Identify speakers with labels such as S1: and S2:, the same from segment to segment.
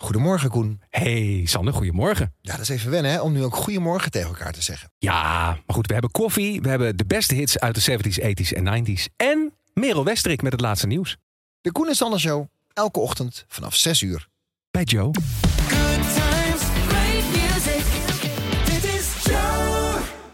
S1: Goedemorgen, Koen.
S2: Hey Sander, goedemorgen.
S1: Ja, dat is even wennen, hè, om nu ook goedemorgen tegen elkaar te zeggen.
S2: Ja, maar goed, we hebben koffie, we hebben de beste hits uit de 70s, 80s en 90s... en Merel Westerik met het laatste nieuws.
S1: De Koen en Sander Show, elke ochtend vanaf 6 uur.
S2: Bij Joe.
S3: Good times, great music. Dit is Joe.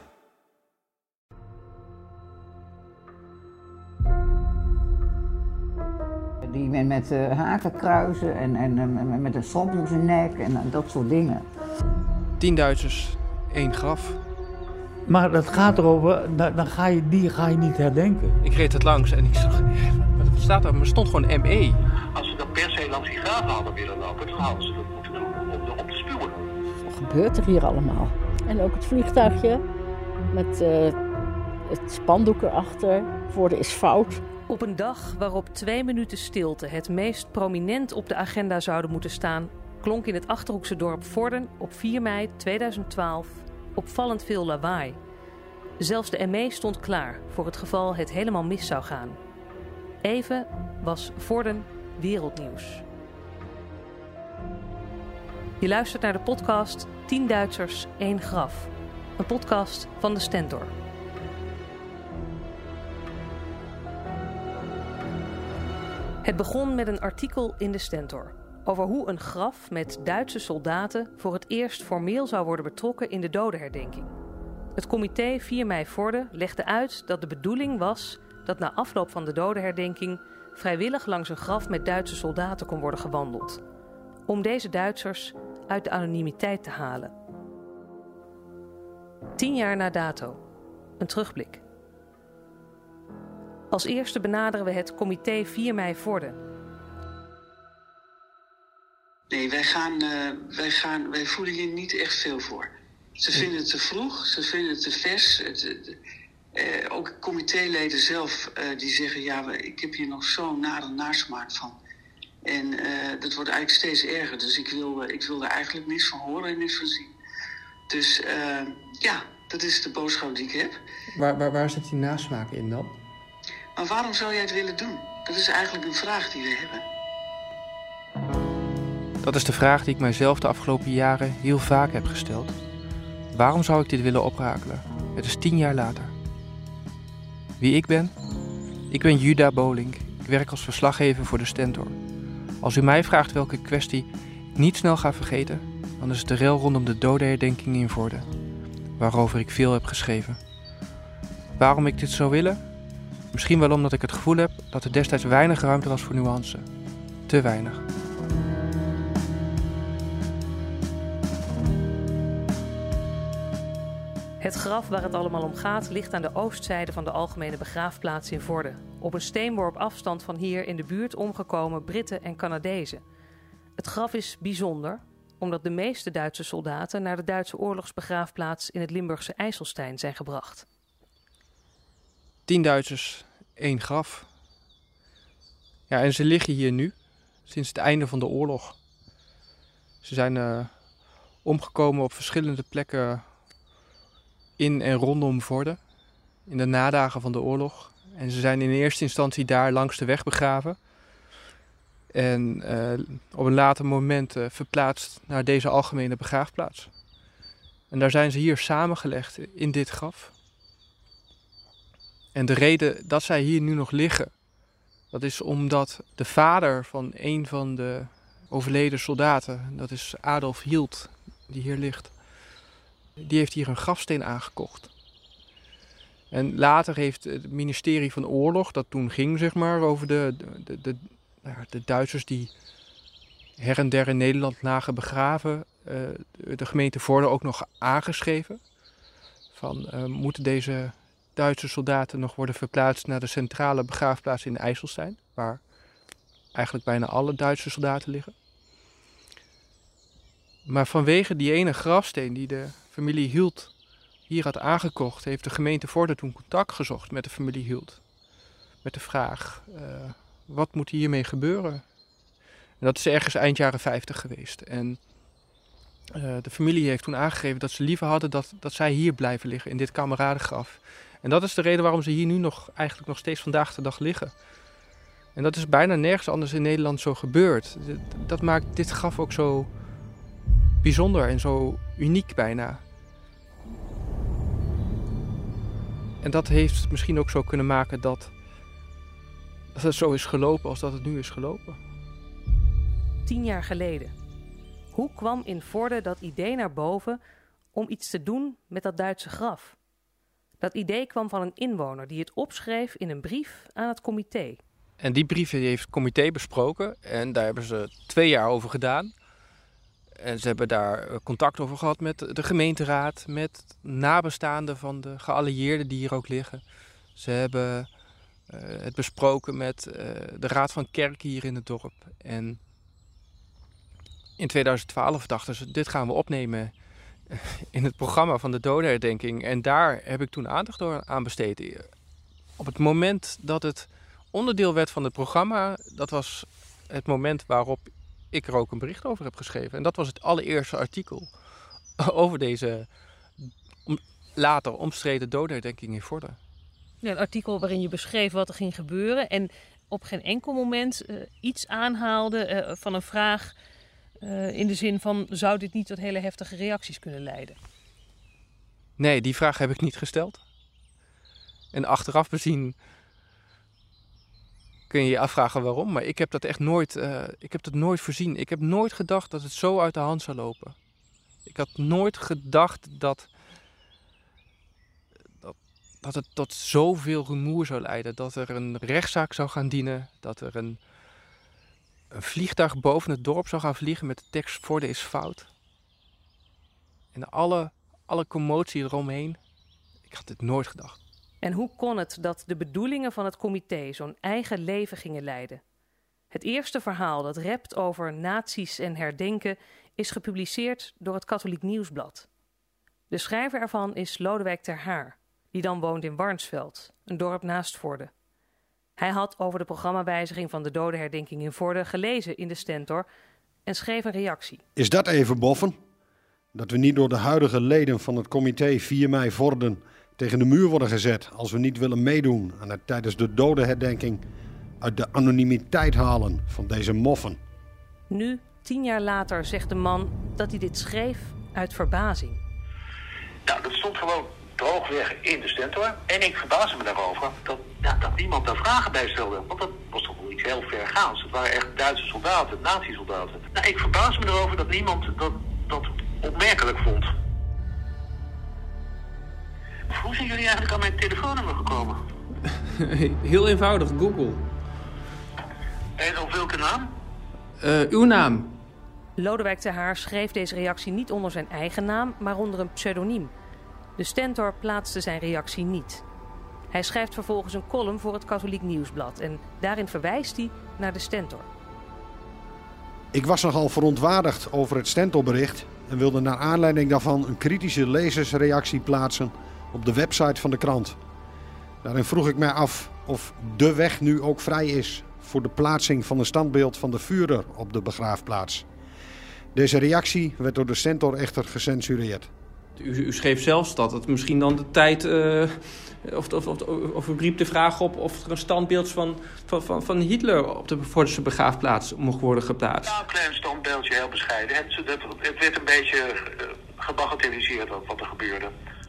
S4: Die met hakenkruizen en met een strop om zijn nek en dat soort dingen.
S5: 10 Duitsers, 1 graf.
S6: Maar dat gaat erover, die ga je niet herdenken.
S5: Ik reed het langs en ik zag, wat staat daar? Maar er stond gewoon ME.
S7: Als ze dan per se langs die graven hadden willen lopen, dan hadden ze dat moeten doen om te spuwen.
S8: Wat gebeurt er hier allemaal? En ook het vliegtuigje met het spandoek erachter. Voorde is fout.
S9: Op een dag waarop 2 minuten stilte het meest prominent op de agenda zouden moeten staan, klonk in het Achterhoekse dorp Vorden op 4 mei 2012 opvallend veel lawaai. Zelfs de ME stond klaar voor het geval het helemaal mis zou gaan. Even was Vorden wereldnieuws. Je luistert naar de podcast 10 Duitsers, 1 graf. Een podcast van de Stentor. Het begon met een artikel in de Stentor over hoe een graf met Duitse soldaten voor het eerst formeel zou worden betrokken in de dodenherdenking. Het comité 4 mei Vorden legde uit dat de bedoeling was dat na afloop van de dodenherdenking vrijwillig langs een graf met Duitse soldaten kon worden gewandeld, om deze Duitsers uit de anonimiteit te halen. 10 jaar na dato. Een terugblik. Als eerste benaderen we het comité 4 mei Vorden.
S10: Nee, wij voelen hier niet echt veel voor. Ze vinden het te vroeg, ze vinden het te vers. Ook comitéleden zelf die zeggen, ja, ik heb hier nog zo'n nare nasmaak van. En dat wordt eigenlijk steeds erger. Dus ik wil er eigenlijk niets van horen en niets van zien. Dus ja, dat is de boodschap die ik heb.
S5: Waar zit die nasmaak in dan?
S10: Maar waarom zou jij het willen doen? Dat is eigenlijk een vraag die we hebben.
S5: Dat is de vraag die ik mijzelf de afgelopen jaren heel vaak heb gesteld. Waarom zou ik dit willen oprakelen? Het is 10 jaar later. Wie ik ben? Ik ben Juda Bolink. Ik werk als verslaggever voor de Stentor. Als u mij vraagt welke kwestie ik niet snel ga vergeten, dan is het de rel rondom de dodenherdenking in Vorden, waarover ik veel heb geschreven. Waarom ik dit zou willen? Misschien wel omdat ik het gevoel heb dat er destijds weinig ruimte was voor nuance. Te weinig.
S9: Het graf waar het allemaal om gaat ligt aan de oostzijde van de algemene begraafplaats in Vorden. Op een steenworp afstand van hier in de buurt omgekomen Britten en Canadezen. Het graf is bijzonder omdat de meeste Duitse soldaten naar de Duitse oorlogsbegraafplaats in het Limburgse IJsselstein zijn gebracht.
S5: 10 Duitsers, 1 graf. Ja, en ze liggen hier nu, sinds het einde van de oorlog. Ze zijn omgekomen op verschillende plekken in en rondom Vorden, in de nadagen van de oorlog. En ze zijn in eerste instantie daar langs de weg begraven. En op een later moment verplaatst naar deze algemene begraafplaats. En daar zijn ze hier samengelegd in dit graf. En de reden dat zij hier nu nog liggen, dat is omdat de vader van een van de overleden soldaten, dat is Adolf Hield, die hier ligt, die heeft hier een grafsteen aangekocht. En later heeft het ministerie van Oorlog, dat toen ging zeg maar over de Duitsers die her en der in Nederland lagen begraven, de gemeente Vorden ook nog aangeschreven. Van moeten deze Duitse soldaten nog worden verplaatst naar de centrale begraafplaats in IJsselstein, waar eigenlijk bijna alle Duitse soldaten liggen. Maar vanwege die ene grafsteen die de familie Hield hier had aangekocht, heeft de gemeente Vorden toen contact gezocht met de familie Hield. Met de vraag, wat moet hiermee gebeuren? En dat is ergens eind jaren 50 geweest. En de familie heeft toen aangegeven dat ze liever hadden dat zij hier blijven liggen, in dit kameradengraf. En dat is de reden waarom ze hier nu eigenlijk nog steeds vandaag de dag liggen. En dat is bijna nergens anders in Nederland zo gebeurd. Dat maakt dit graf ook zo bijzonder en zo uniek bijna. En dat heeft misschien ook zo kunnen maken dat het zo is gelopen als dat het nu is gelopen.
S9: 10 jaar geleden. Hoe kwam in Vorden dat idee naar boven om iets te doen met dat Duitse graf? Dat idee kwam van een inwoner die het opschreef in een brief aan het comité.
S5: En die brief heeft het comité besproken en daar hebben ze 2 jaar over gedaan. En ze hebben daar contact over gehad met de gemeenteraad, met nabestaanden van de geallieerden die hier ook liggen. Ze hebben het besproken met de raad van kerken hier in het dorp. En in 2012 dachten ze, dit gaan we opnemen in het programma van de dodenherdenking. En daar heb ik toen aandacht aan besteed. Op het moment dat het onderdeel werd van het programma, dat was het moment waarop ik er ook een bericht over heb geschreven. En dat was het allereerste artikel over deze later omstreden dodenherdenking in Vorden.
S9: Ja, een artikel waarin je beschreef wat er ging gebeuren en op geen enkel moment iets aanhaalde van een vraag in de zin van, zou dit niet tot hele heftige reacties kunnen leiden?
S5: Nee, die vraag heb ik niet gesteld. En achteraf bezien kun je je afvragen waarom, maar ik heb dat echt nooit, nooit voorzien. Ik heb nooit gedacht dat het zo uit de hand zou lopen. Ik had nooit gedacht dat het tot zoveel rumoer zou leiden. Dat er een rechtszaak zou gaan dienen. Dat er een vliegtuig boven het dorp zou gaan vliegen met de tekst Vorden is fout. En alle commotie eromheen. Ik had dit nooit gedacht.
S9: En hoe kon het dat de bedoelingen van het comité zo'n eigen leven gingen leiden? Het eerste verhaal dat rept over nazi's en herdenken is gepubliceerd door het Katholiek Nieuwsblad. De schrijver ervan is Lodewijk ter Haar, die dan woont in Warnsveld, een dorp naast Vorden. Hij had over de programmawijziging van de dodenherdenking in Vorden gelezen in de Stentor en schreef een reactie.
S11: Is dat even boffen? Dat we niet door de huidige leden van het comité 4 mei Vorden tegen de muur worden gezet als we niet willen meedoen aan het tijdens de dodenherdenking uit de anonimiteit halen van deze moffen.
S9: Nu, 10 jaar later, zegt de man dat hij dit schreef uit verbazing.
S7: Nou, dat stond gewoon droogweg in de Stentor. En ik verbaasde me daarover dat niemand daar vragen bij stelde. Want dat was toch wel iets heel vergaans. Het waren echt Duitse soldaten, nazi-soldaten. Nou, ik verbaasde me erover dat niemand dat opmerkelijk vond. Hoe zijn jullie eigenlijk aan mijn telefoonnummer gekomen?
S5: Heel eenvoudig, Google.
S7: En op welke naam?
S5: Uw naam.
S9: Lodewijk ter Haar schreef deze reactie niet onder zijn eigen naam, maar onder een pseudoniem. De Stentor plaatste zijn reactie niet. Hij schrijft vervolgens een column voor het Katholiek Nieuwsblad en daarin verwijst hij naar de Stentor.
S11: Ik was nogal verontwaardigd over het Stentorbericht en wilde naar aanleiding daarvan een kritische lezersreactie plaatsen op de website van de krant. Daarin vroeg ik mij af of de weg nu ook vrij is voor de plaatsing van een standbeeld van de Führer op de begraafplaats. Deze reactie werd door de Stentor echter gecensureerd.
S12: U schreef zelfs dat het misschien dan de tijd... Of u riep de vraag op of er een standbeeld van Hitler op de Vordense begraafplaats mocht worden geplaatst.
S7: Ja, een klein standbeeldje, heel bescheiden. Het werd een beetje gebagatelliseerd wat er gebeurde.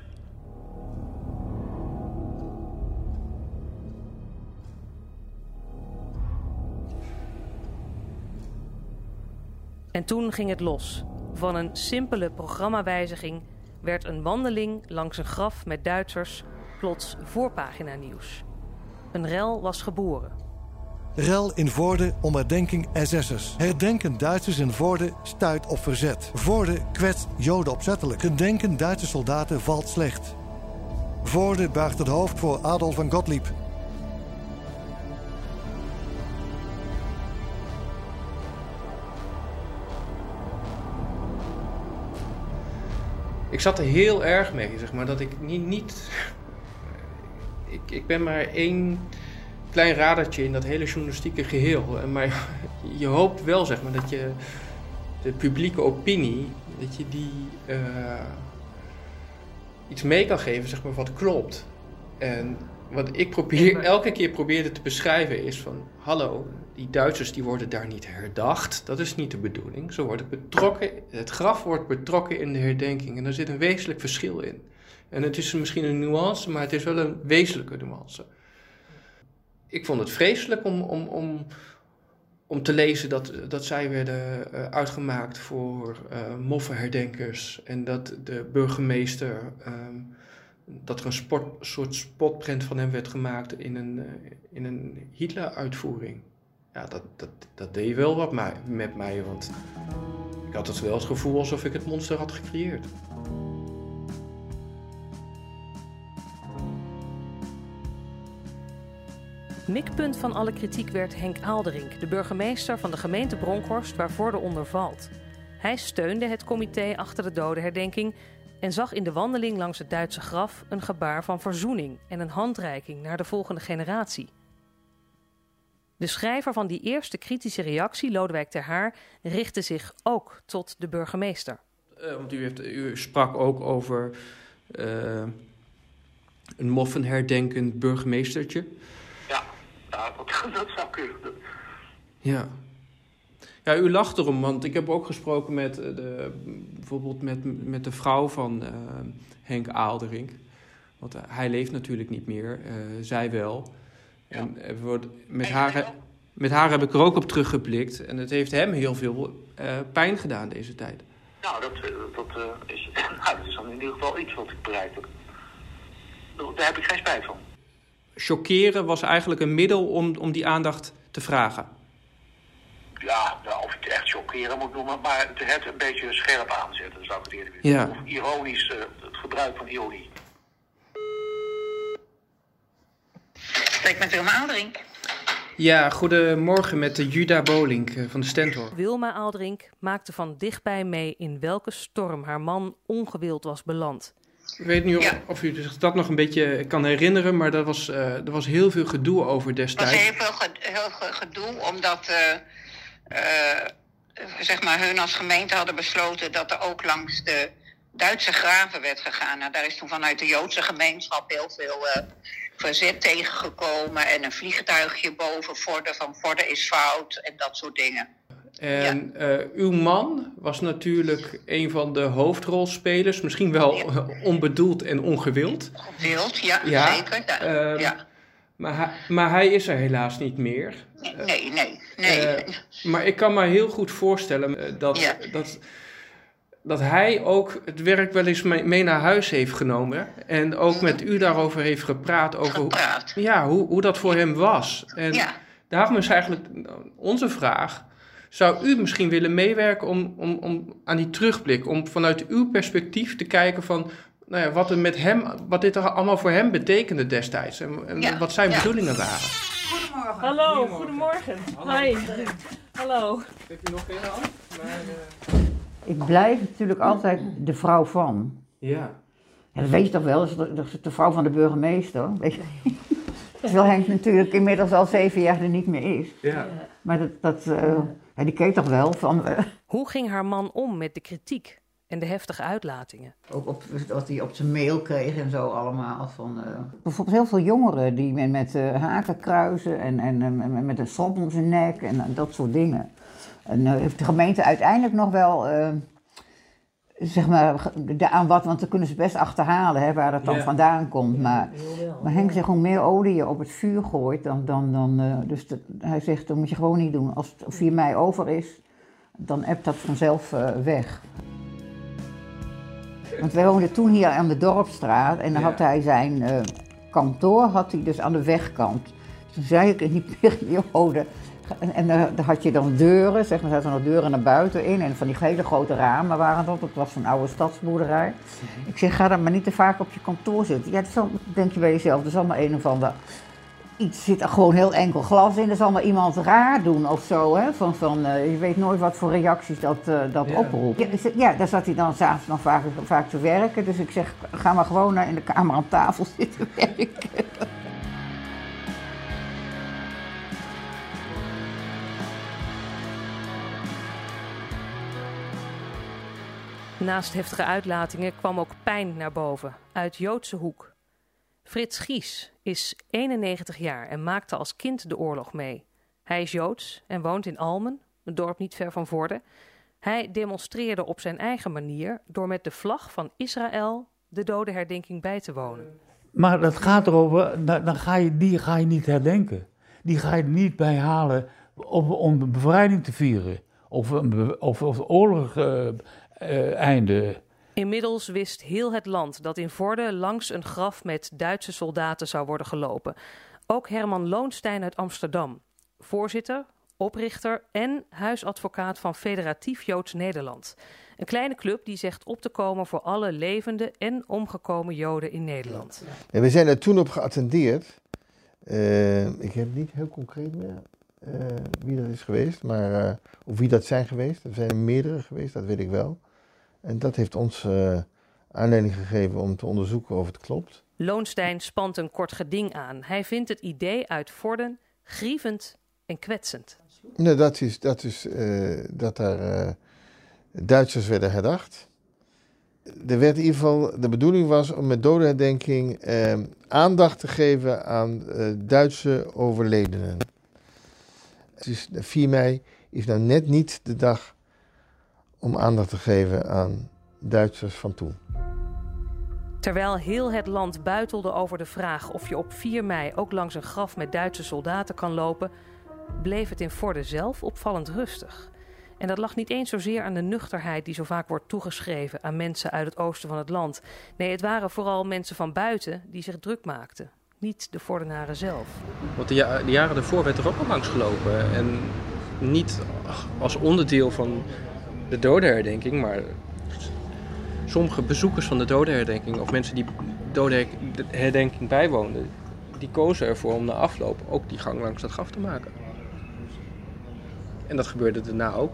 S9: En toen ging het los. Van een simpele programmawijziging werd een wandeling langs een graf met Duitsers plots voorpagina nieuws. Een rel was geboren.
S13: Rel in Vorden om herdenking SS'ers. Herdenken Duitsers in Vorden stuit op verzet. Vorden kwetst Joden opzettelijk. Gedenken Duitse soldaten valt slecht. Vorden buigt het hoofd voor Adolf van Gottlieb.
S12: Ik zat er heel erg mee, zeg maar, dat ik niet... Ik ben maar één klein radertje in dat hele journalistieke geheel. Maar je hoopt wel, zeg maar, dat je de publieke opinie, dat je die iets mee kan geven, zeg maar, wat klopt. En Wat ik elke keer probeerde te beschrijven is van... Hallo, die Duitsers die worden daar niet herdacht. Dat is niet de bedoeling. Ze worden betrokken, het graf wordt betrokken in de herdenking. En daar zit een wezenlijk verschil in. En het is misschien een nuance, maar het is wel een wezenlijke nuance. Ik vond het vreselijk om te lezen dat zij werden uitgemaakt voor moffenherdenkers. En dat de burgemeester... dat er een soort spotprint van hem werd gemaakt in een Hitler-uitvoering. Ja, dat deed wel wat met mij, want ik had het wel het gevoel alsof ik het monster had gecreëerd.
S9: Mikpunt van alle kritiek werd Henk Aalderink, de burgemeester van de gemeente Bronkhorst waar Vorden valt. Hij steunde het comité achter de dodenherdenking en zag in de wandeling langs het Duitse graf een gebaar van verzoening en een handreiking naar de volgende generatie. De schrijver van die eerste kritische reactie, Lodewijk ter Haar, richtte zich ook tot de burgemeester.
S12: Want u sprak ook over een moffenherdenkend burgemeestertje.
S7: Ja, dat zou kunnen.
S12: Ja. Ja, u lacht erom, want ik heb ook gesproken met bijvoorbeeld met de vrouw van Henk Aalderink. Want hij leeft natuurlijk niet meer, zij wel. Ja. En met haar heb ik er ook op teruggeblikt. En het heeft hem heel veel pijn gedaan deze tijd.
S7: Nou, dat is dan in ieder geval iets wat ik bereikt heb. Daar heb ik geen spijt van.
S12: Chockeren was eigenlijk een middel om die aandacht te vragen.
S7: Ja, of je het echt chockeren moet noemen, maar het een beetje scherp aanzetten, zou ik het eerder willen.
S12: Ja.
S7: Of ironisch, het gebruik van ironie.
S4: Spreek met Wilma Aalderink.
S12: Ja, goedemorgen met de Juda Bolink van de Stentor.
S9: Wilma Aalderink maakte van dichtbij mee in welke storm haar man ongewild was beland.
S12: Ik weet niet of u zich dat nog een beetje kan herinneren, maar er was heel veel gedoe over destijds.
S4: Er was heel veel gedoe, omdat zeg maar hun als gemeente hadden besloten dat er ook langs de Duitse graven werd gegaan. Nou, daar is toen vanuit de Joodse gemeenschap heel veel verzet tegengekomen en een vliegtuigje boven Vorden van Vorden is fout en dat soort dingen.
S12: En uw man was natuurlijk een van de hoofdrolspelers, misschien wel onbedoeld en ongewild.
S4: Gewild, ja. Zeker.
S12: Maar hij is er helaas niet meer.
S4: Nee.
S12: Maar ik kan me heel goed voorstellen dat hij ook het werk wel eens mee naar huis heeft genomen. En ook met u daarover heeft gepraat. Hoe dat voor hem was. En daarom is eigenlijk onze vraag: zou u misschien willen meewerken om aan die terugblik, om vanuit uw perspectief te kijken van wat dit er allemaal voor hem betekende destijds en wat zijn bedoelingen waren?
S4: Goedemorgen.
S8: Hallo, goedemorgen. Hi. Hallo.
S12: Heb je nog geen hand?
S4: Ik blijf natuurlijk altijd de vrouw van.
S12: Ja.
S4: Dat weet je toch wel, dat is de vrouw van de burgemeester. Weet je? Terwijl Henk natuurlijk inmiddels al 7 jaar er niet meer is.
S12: Ja.
S4: Maar die keek toch wel van...
S9: Hoe ging haar man om met de kritiek en de heftige uitlatingen?
S4: Ook wat hij op zijn mail kreeg en zo allemaal. Bijvoorbeeld heel veel jongeren die met hakenkruizen en met een strop om zijn nek en dat soort dingen. En heeft de gemeente uiteindelijk nog wel, zeg maar, want dan kunnen ze best achterhalen hè, waar dat dan vandaan komt. Maar Henk zegt, hoe meer olie je op het vuur gooit, hij zegt, dat moet je gewoon niet doen. Als het 4 mei over is, dan ebt dat vanzelf weg. Want wij woonden toen hier aan de Dorpsstraat en dan had hij zijn kantoor dus aan de wegkant. Toen zei ik in die periode... En daar had je dan deuren, zeg maar, er zaten nog deuren naar buiten in en van die hele grote ramen waren dat. Het was een oude stadsboerderij. Ik zeg, ga dan maar niet te vaak op je kantoor zitten. Ja, dan denk je bij jezelf, er zal maar een of ander iets zit er gewoon heel enkel glas in. Er zal maar iemand raar doen of zo, hè? Je weet nooit wat voor reacties dat oproept. Ja, daar zat hij dan s'avonds nog vaak te werken. Dus ik zeg, ga maar gewoon in de kamer aan tafel zitten werken.
S9: Naast heftige uitlatingen kwam ook pijn naar boven, uit Joodse hoek. Frits Gies is 91 jaar en maakte als kind de oorlog mee. Hij is Joods en woont in Almen, een dorp niet ver van Vorden. Hij demonstreerde op zijn eigen manier door met de vlag van Israël de dodenherdenking bij te wonen.
S6: Maar dat gaat erover, die ga je niet herdenken. Die ga je er niet bij halen om de bevrijding te vieren. Of oorlog einde.
S9: Inmiddels wist heel het land dat in Vorden langs een graf met Duitse soldaten zou worden gelopen. Ook Herman Loonstein uit Amsterdam, voorzitter, oprichter en huisadvocaat van Federatief Joods Nederland. Een kleine club die zegt op te komen voor alle levende en omgekomen Joden in Nederland.
S14: Ja, we zijn er toen op geattendeerd. Ik heb niet heel concreet meer wie dat is geweest, maar of wie dat zijn geweest. Er zijn er meerdere geweest, dat weet ik wel. En dat heeft ons aanleiding gegeven om te onderzoeken of het klopt.
S9: Loonstein spant een kort geding aan. Hij vindt het idee uit Vorden grievend en kwetsend.
S14: Nou, dat daar Duitsers werden herdacht. Er werd in ieder geval, de bedoeling was om met dodenherdenking aandacht te geven aan Duitse overledenen. Dus 4 mei is nou net niet de dag om aandacht te geven aan Duitsers van toen.
S9: Terwijl heel het land buitelde over de vraag of je op 4 mei ook langs een graf met Duitse soldaten kan lopen, bleef het in Vorden zelf opvallend rustig. En dat lag niet eens zozeer aan de nuchterheid die zo vaak wordt toegeschreven aan mensen uit het oosten van het land. Nee, het waren vooral mensen van buiten die zich druk maakten. Niet de Vordenaren zelf.
S12: Want de jaren daarvoor werd er ook al langs gelopen. En niet als onderdeel van de dodenherdenking, maar sommige bezoekers van de dodenherdenking of mensen die dodenherdenking bijwoonden, die kozen ervoor om na afloop ook die gang langs dat graf te maken. En dat gebeurde daarna ook.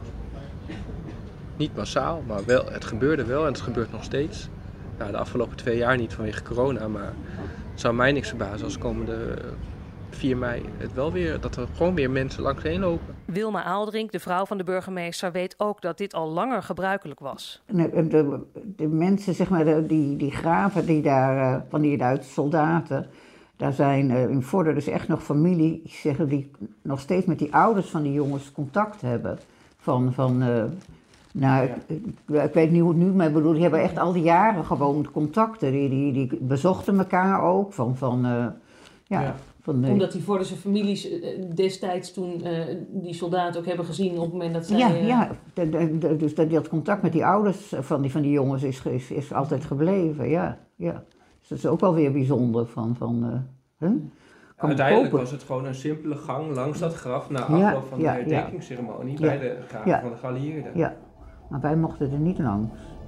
S12: Niet massaal, maar wel, het gebeurde wel en het gebeurt nog steeds. Nou, de afgelopen 2 jaar niet vanwege corona, maar het zou mij niks verbazen als komende 4 mei het wel weer, dat er gewoon weer mensen langs heen lopen.
S9: Wilma Aaldrink, de vrouw van de burgemeester, weet ook dat dit al langer gebruikelijk was.
S4: De mensen, zeg maar, die graven die daar, van die Duitse soldaten, daar zijn in Vorden dus echt nog familie, zeggen, die nog steeds met die ouders van die jongens contact hebben. Ik weet niet hoe het nu, maar ik bedoel, die hebben echt al die jaren gewoon contacten. Die bezochten elkaar ook.
S8: Omdat die Vordense families destijds toen die soldaten ook hebben gezien op het moment dat zij...
S4: Dus dat contact met die ouders van die jongens is altijd gebleven, ja. Dus dat is ook wel weer bijzonder
S12: Uiteindelijk was het gewoon een simpele gang langs dat graf na afloop van de herdenkingsceremonie bij de graven van de geallieerden.
S4: Ja, maar wij mochten er niet langs.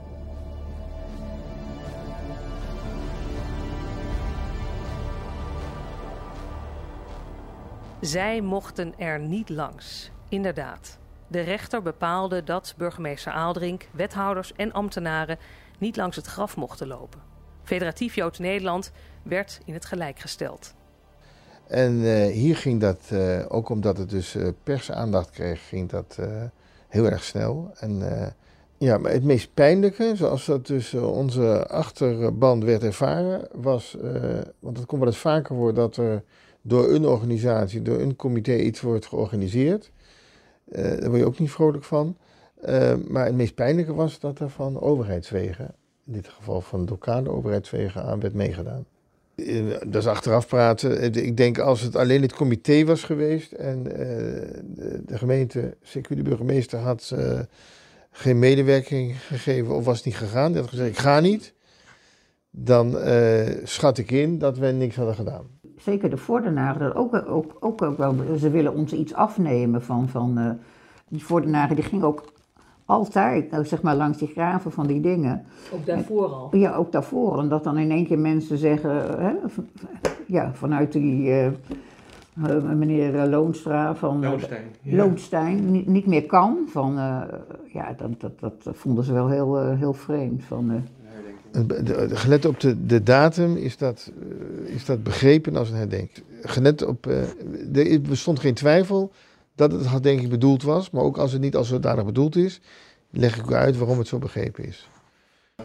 S9: Zij mochten er niet langs. Inderdaad. De rechter bepaalde dat burgemeester Aaldrink, wethouders en ambtenaren niet langs het graf mochten lopen. Federatief Joods Nederland werd in het gelijk gesteld.
S14: En hier ging dat, ook omdat het dus persaandacht kreeg, ging dat heel erg snel. En maar het meest pijnlijke, zoals dat dus onze achterban werd ervaren, was, want het komt wel eens vaker voor dat er door een organisatie, door een comité iets wordt georganiseerd. Daar word je ook niet vrolijk van. Maar het meest pijnlijke was dat er van overheidswegen, in dit geval van lokale overheidswegen, aan werd meegedaan. Dat is achteraf praten. Ik denk als het alleen het comité was geweest en de gemeente, zeker de burgemeester, had geen medewerking gegeven of was niet gegaan, die had gezegd ik ga niet, dan schat ik in dat we niks hadden gedaan.
S4: Zeker de Vordenaren, ook wel, ze willen ons iets afnemen van die Vordenaren, die gingen ook altijd, zeg maar, langs die graven van die dingen.
S8: Ook daarvoor al?
S4: Ja, ook daarvoor. En dat dan in één keer mensen zeggen, vanuit die meneer Loonstra van Loonstein niet meer kan. Dat vonden ze wel heel vreemd.
S14: Gelet op de datum is dat begrepen als een herdenking. Gelet op, er bestond geen twijfel dat het herdenking bedoeld was, maar ook als het niet als zodanig bedoeld is, leg ik u uit waarom het zo begrepen is.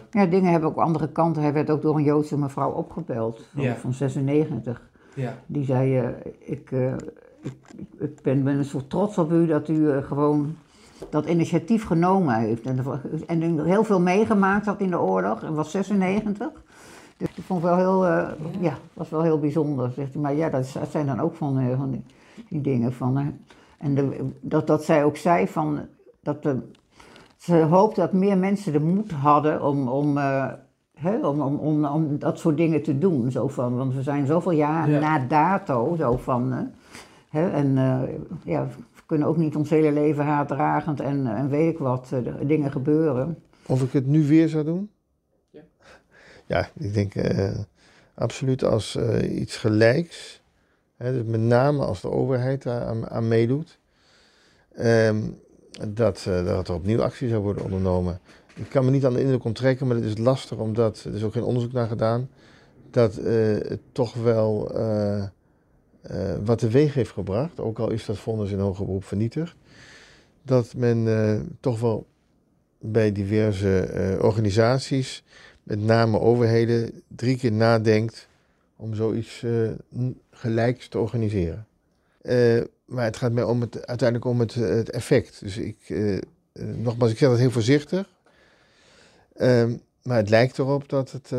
S4: Ja, dingen hebben ook andere kanten. Hij werd ook door een Joodse mevrouw opgebeld van 96.
S5: Ja.
S4: Die zei, ik ben zo trots op u dat u gewoon dat initiatief genomen heeft. En heel veel meegemaakt had in de oorlog. En was 96. Dus ik vond het wel heel, was wel heel bijzonder. Zegt hij, maar ja, dat zijn dan ook van die dingen van. En dat zij ook zei van dat ze hoopt dat meer mensen de moed hadden om dat soort dingen te doen. Zo van, want we zijn zoveel jaren na dato, zo van. We kunnen ook niet ons hele leven haatdragend en weet ik wat dingen gebeuren.
S14: Of ik het nu weer zou doen? Ja, ik denk absoluut als iets gelijks. Dus met name als de overheid daar aan meedoet. Dat er opnieuw actie zou worden ondernomen. Ik kan me niet aan de indruk onttrekken, maar het is lastig omdat, er is ook geen onderzoek naar gedaan, dat het toch wel wat teweeg heeft gebracht, ook al is dat vonnis in hoger beroep vernietigd, dat men toch wel bij diverse organisaties, met name overheden, 3 keer nadenkt om zoiets gelijks te organiseren. Maar het gaat mij uiteindelijk om het effect. Dus nogmaals, ik zeg dat heel voorzichtig. Maar het lijkt erop dat het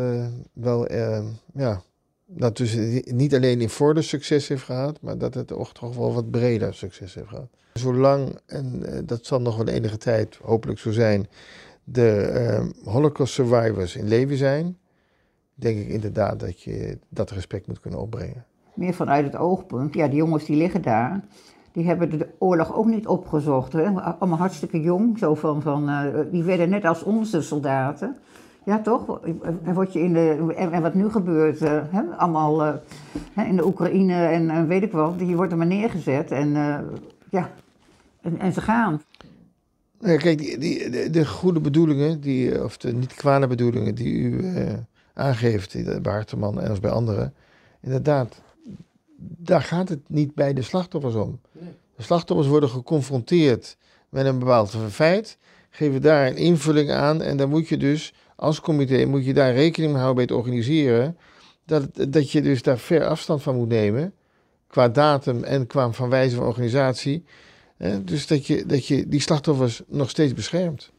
S14: dat dus niet alleen in Vorden succes heeft gehad, maar dat het toch wel wat breder succes heeft gehad. Zolang, en dat zal nog wel enige tijd hopelijk zo zijn, de Holocaust survivors in leven zijn, denk ik inderdaad dat je dat respect moet kunnen opbrengen.
S4: Meer vanuit het oogpunt, die jongens die liggen daar, die hebben de oorlog ook niet opgezocht. Hè? Allemaal hartstikke jong, zo die werden net als onze soldaten. Ja, toch? En wat nu gebeurt, allemaal in de Oekraïne en weet ik wat, die wordt er maar neergezet en ze gaan.
S14: Ja, kijk, de goede bedoelingen, of de niet kwade bedoelingen die u aangeeft, bij Harteman en als bij anderen, inderdaad, daar gaat het niet bij de slachtoffers om. Nee. De slachtoffers worden geconfronteerd met een bepaald feit, geven daar een invulling aan en dan moet je dus als comité daar rekening mee houden bij het organiseren, dat je dus daar ver afstand van moet nemen, qua datum en qua van wijze van organisatie. Dus dat je die slachtoffers nog steeds beschermt.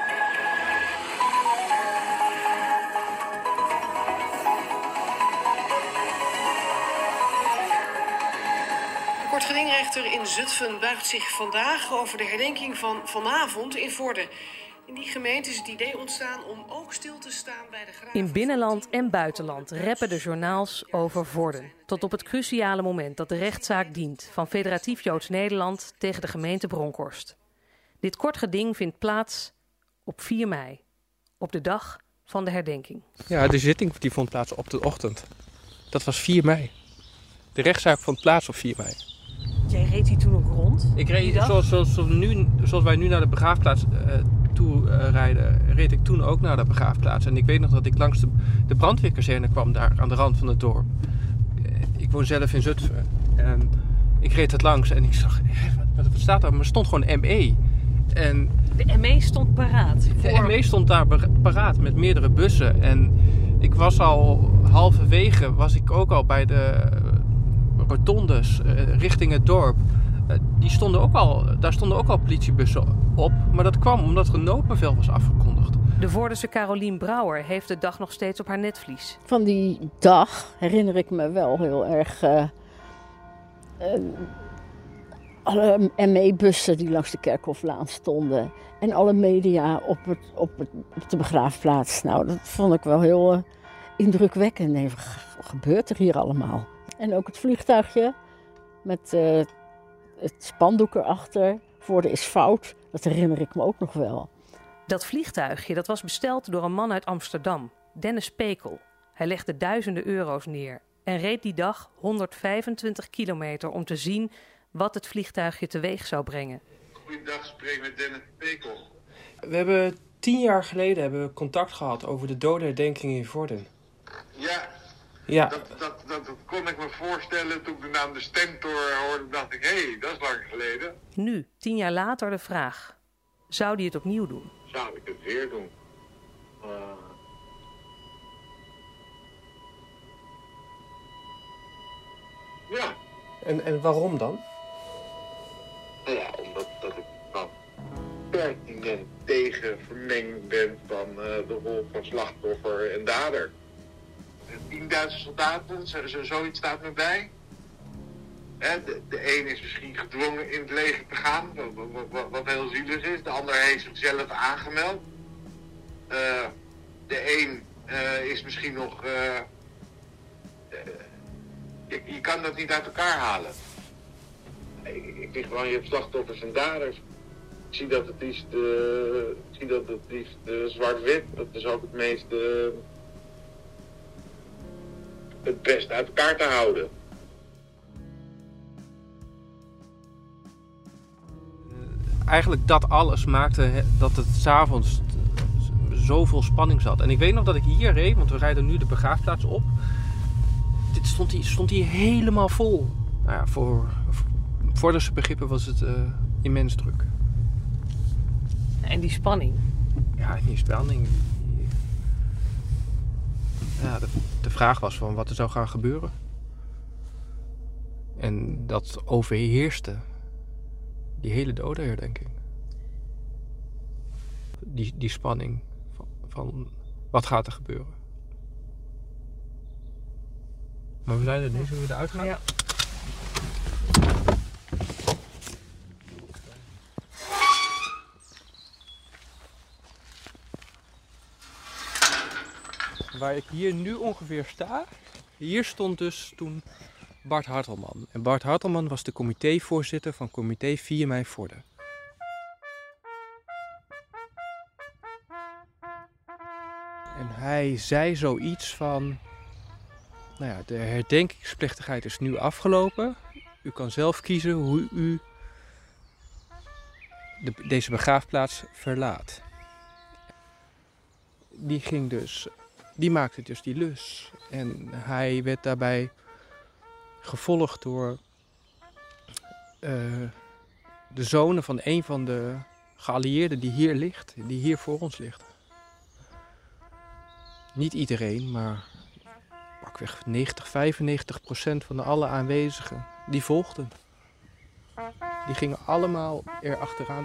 S15: De kortgedingrechter in Zutphen buigt zich vandaag over de herdenking van vanavond in Vorden. In die gemeente is het idee ontstaan om ook stil te staan bij de graven.
S9: In binnenland en buitenland reppen de journaals over Vorden. Tot op het cruciale moment dat de rechtszaak dient van Federatief Joods Nederland tegen de gemeente Bronkhorst. Dit kort geding vindt plaats op 4 mei, op de dag van de herdenking.
S5: Ja, de zitting die vond plaats op de ochtend. Dat was 4 mei. De rechtszaak vond plaats op 4 mei.
S9: Jij reed hier toen ook rond?
S5: Ik reed, zoals wij nu naar de begraafplaats toe rijden, reed ik toen ook naar de begraafplaats. En ik weet nog dat ik langs de brandweerkazerne kwam daar aan de rand van het dorp. Ik woon zelf in Zutphen. En ik reed het langs en ik zag, wat staat daar? Maar er stond gewoon ME. En
S9: de ME stond paraat?
S5: De ME stond daar paraat met meerdere bussen. En ik was al halverwege, bij de rotondes richting het dorp. Daar stonden ook al politiebussen op, maar dat kwam omdat er een noodbevel was afgekondigd.
S9: De Vordense Carolien Brouwer heeft de dag nog steeds op haar netvlies.
S8: Van die dag herinner ik me wel heel erg alle ME-bussen die langs de Kerkhoflaan stonden. En alle media op de begraafplaats. Nou, dat vond ik wel heel indrukwekkend. Nee, wat gebeurt er hier allemaal? En ook het vliegtuigje met het spandoek erachter. Vorden is fout, dat herinner ik me ook nog wel.
S9: Dat vliegtuigje dat was besteld door een man uit Amsterdam, Dennis Pekel. Hij legde duizenden euro's neer en reed die dag 125 kilometer om te zien wat het vliegtuigje teweeg zou brengen.
S16: Goedendag, spreek met Dennis Pekel.
S5: We hebben 10 jaar geleden contact gehad over de dodenherdenking in Vorden.
S16: Ja. Dat kon ik me voorstellen. Toen ik de naam de Stentor hoorde, dacht ik, hé, dat is lang geleden.
S9: Nu, 10 jaar later, de vraag. Zou hij het opnieuw doen?
S16: Zou ik het weer doen? Ja.
S12: En waarom dan?
S16: Nou ja, omdat ik dan pertinent tegen vermenging ben van de rol van slachtoffer en dader. 10 Duitse soldaten, zoiets staat me bij. De een is misschien gedwongen in het leger te gaan, wat heel zielig is. De ander heeft zichzelf aangemeld. De een is misschien nog... Je kan dat niet uit elkaar halen. Ik denk gewoon, je hebt slachtoffers en daders. Ik zie dat het liefst zwart-wit. Dat is ook het meest... het best uit elkaar te houden.
S12: Eigenlijk dat alles maakte dat het 's avonds zoveel spanning zat. En ik weet nog dat ik hier reed, want we rijden nu de begraafplaats op. Dit stond hier helemaal vol. Nou ja, voor de begrippen was het immens druk.
S9: En die spanning?
S12: Ja, die spanning. Ja, de vraag was van wat er zou gaan gebeuren. En dat overheerste die hele dodenherdenking. Die spanning van wat gaat er gebeuren. Maar we zijn er nu, zullen we eruit gaan?
S9: Ja.
S12: Waar ik hier nu ongeveer sta, hier stond dus toen Bart Hartelman. En Bart Hartelman was de comitévoorzitter van comité 4 mei Vorden. En hij zei zoiets van, nou ja, de herdenkingsplechtigheid is nu afgelopen. U kan zelf kiezen hoe u deze begraafplaats verlaat. Die maakte dus die lus. En hij werd daarbij gevolgd door de zonen van een van de geallieerden die hier voor ons ligt. Niet iedereen, maar pakweg 95% van alle aanwezigen, die volgden. Die gingen allemaal erachteraan.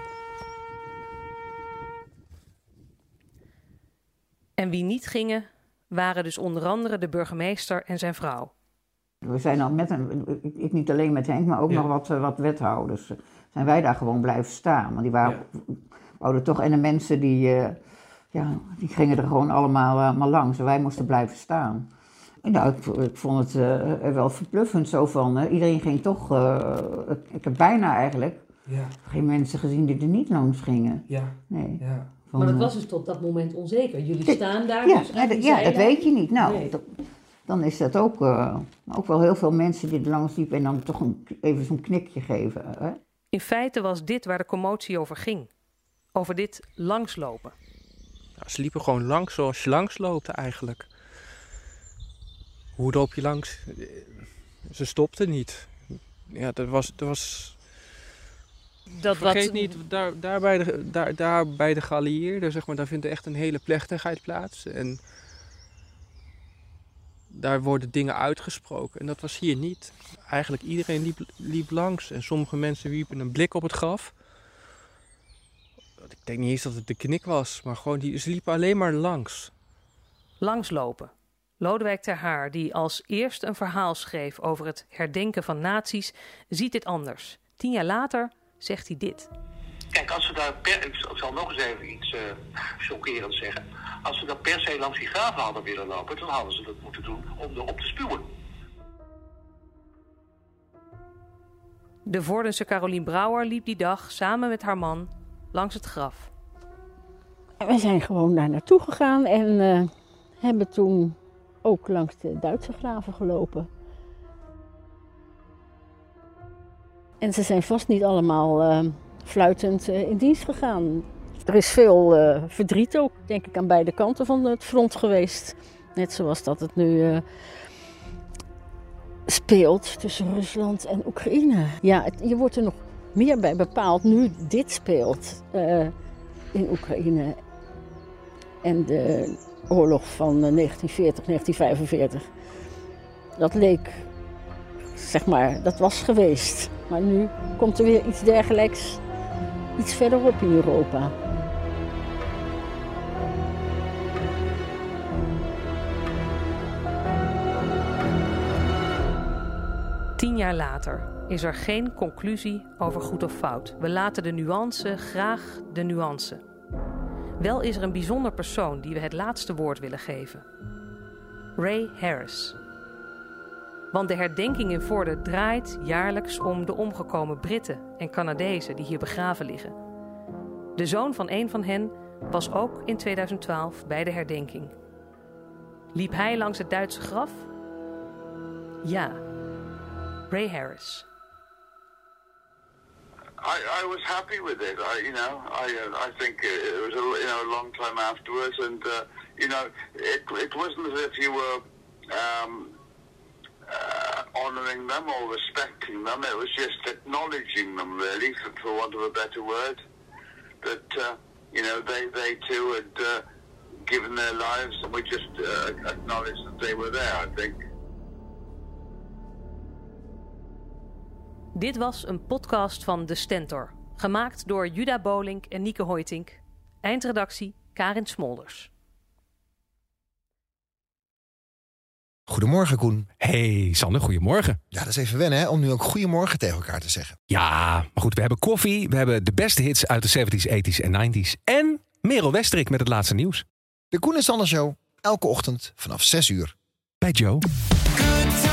S9: En wie niet gingen, waren dus onder andere de burgemeester en zijn vrouw.
S4: We zijn al ik niet alleen met Henk, maar ook nog wat wethouders. Zijn wij daar gewoon blijven staan. Want die wouden toch, en de mensen die gingen er gewoon allemaal langs. En wij moesten blijven staan. En nou, ik vond het wel verbluffend zo van, iedereen ging toch, ik heb bijna eigenlijk geen mensen gezien die er niet langs gingen.
S12: Ja.
S4: Nee.
S12: Ja.
S17: Maar dat was dus tot dat moment onzeker. Jullie staan daar.
S4: Ja,
S17: dus
S4: dat weet je niet. Nou, dan is dat ook wel heel veel mensen die er langs liepen en dan toch even zo'n knikje geven. Hè?
S9: In feite was dit waar de commotie over ging. Over dit langslopen.
S12: Nou, ze liepen gewoon langs zoals je langsloopt eigenlijk. Hoe loop je langs? Ze stopten niet. Ja, vergeet niet, daar bij de geallieerden, zeg maar, daar vindt echt een hele plechtigheid plaats. En daar worden dingen uitgesproken. En dat was hier niet. Eigenlijk iedereen liep langs. En sommige mensen wierpen een blik op het graf. Ik denk niet eens dat het de knik was, maar gewoon ze liepen alleen maar langs.
S9: Langslopen. Lodewijk ter Haar, die als eerste een verhaal schreef over het herdenken van nazi's, ziet dit anders. 10 jaar later zegt hij dit.
S7: Kijk, als we daar ik zal nog eens even iets chockerends zeggen. Als ze dat per se langs die graven hadden willen lopen, dan hadden ze dat moeten doen om erop te spuwen.
S9: De Vordense Carolien Brouwer liep die dag samen met haar man langs het graf.
S8: We zijn gewoon daar naartoe gegaan en hebben toen ook langs de Duitse graven gelopen. En ze zijn vast niet allemaal fluitend in dienst gegaan. Er is veel verdriet ook, denk ik, aan beide kanten van het front geweest. Net zoals dat het nu speelt tussen Rusland en Oekraïne. Ja, je wordt er nog meer bij bepaald nu dit speelt in Oekraïne. En de oorlog van 1940, 1945. Dat leek zeg maar, dat was geweest. Maar nu komt er weer iets dergelijks, iets verderop in Europa.
S9: Tien jaar later is er geen conclusie over goed of fout. We laten de nuance graag de nuance. Wel is er een bijzonder persoon die we het laatste woord willen geven. Ray Harris. Want de herdenking in Vorden draait jaarlijks om de omgekomen Britten en Canadezen die hier begraven liggen. De zoon van een van hen was ook in 2012 bij de herdenking. Liep hij langs het Duitse graf? Ja. Ray Harris.
S16: I was happy with it. I think it was a long time afterwards, and it wasn't as if you were honouring them or respecting them. It was just acknowledging them, really, for want of a better word. That they too had given their lives, and we just acknowledged that they were there. I think.
S9: Dit was een podcast van De Stentor. Gemaakt door Juda Bolink en Nieke Hoytink. Eindredactie Karin Smolders.
S1: Goedemorgen, Koen.
S2: Hey, Sander, goedemorgen.
S1: Ja, dat is even wennen, hè, om nu ook goedemorgen tegen elkaar te zeggen.
S2: Ja, maar goed, we hebben koffie, we hebben de beste hits uit de 70s, 80s en 90s... en Merel Westerik met het laatste nieuws.
S1: De Koen en Sander Show, elke ochtend vanaf 6 uur.
S2: Bij Joe.
S3: Good